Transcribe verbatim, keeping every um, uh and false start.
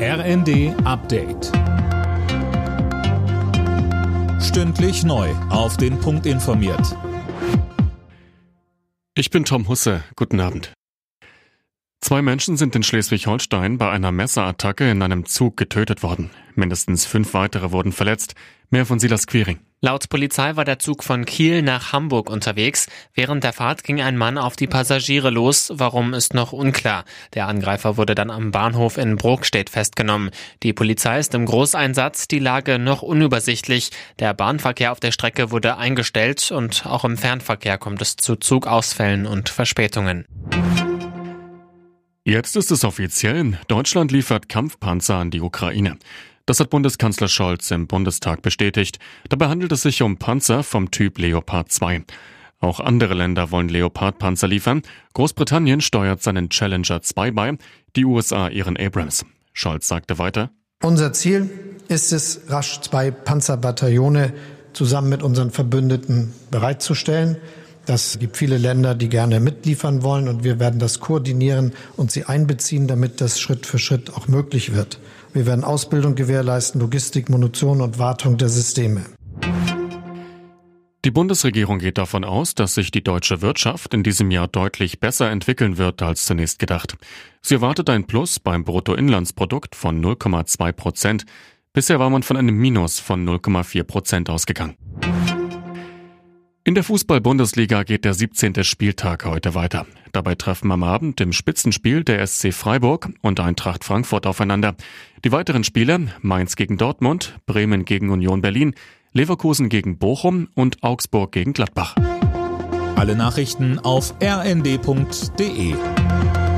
R N D Update. Stündlich neu auf den Punkt informiert. Ich bin Tom Husse. Guten Abend. Zwei Menschen sind in Schleswig-Holstein bei einer Messerattacke in einem Zug getötet worden. Mindestens fünf weitere wurden verletzt. Mehr von Silas Quiring. Laut Polizei war der Zug von Kiel nach Hamburg unterwegs. Während der Fahrt ging ein Mann auf die Passagiere los. Warum, ist noch unklar. Der Angreifer wurde dann am Bahnhof in Brokstedt festgenommen. Die Polizei ist im Großeinsatz, die Lage noch unübersichtlich. Der Bahnverkehr auf der Strecke wurde eingestellt und auch im Fernverkehr kommt es zu Zugausfällen und Verspätungen. Jetzt ist es offiziell. Deutschland liefert Kampfpanzer an die Ukraine. Das hat Bundeskanzler Scholz im Bundestag bestätigt. Dabei handelt es sich um Panzer vom Typ Leopard zwei. Auch andere Länder wollen Leopard-Panzer liefern. Großbritannien steuert seinen Challenger zwei bei, die U S A ihren Abrams. Scholz sagte weiter: Unser Ziel ist es, rasch zwei Panzerbataillone zusammen mit unseren Verbündeten bereitzustellen. Das gibt viele Länder, die gerne mitliefern wollen, und wir werden das koordinieren und sie einbeziehen, damit das Schritt für Schritt auch möglich wird. Wir werden Ausbildung gewährleisten, Logistik, Munition und Wartung der Systeme. Die Bundesregierung geht davon aus, dass sich die deutsche Wirtschaft in diesem Jahr deutlich besser entwickeln wird als zunächst gedacht. Sie erwartet ein Plus beim Bruttoinlandsprodukt von null Komma zwei Prozent. Bisher war man von einem Minus von null Komma vier Prozent ausgegangen. In der Fußball-Bundesliga geht der siebzehnte Spieltag heute weiter. Dabei treffen am Abend im Spitzenspiel der S C Freiburg und Eintracht Frankfurt aufeinander. Die weiteren Spiele: Mainz gegen Dortmund, Bremen gegen Union Berlin, Leverkusen gegen Bochum und Augsburg gegen Gladbach. Alle Nachrichten auf r n d punkt d e.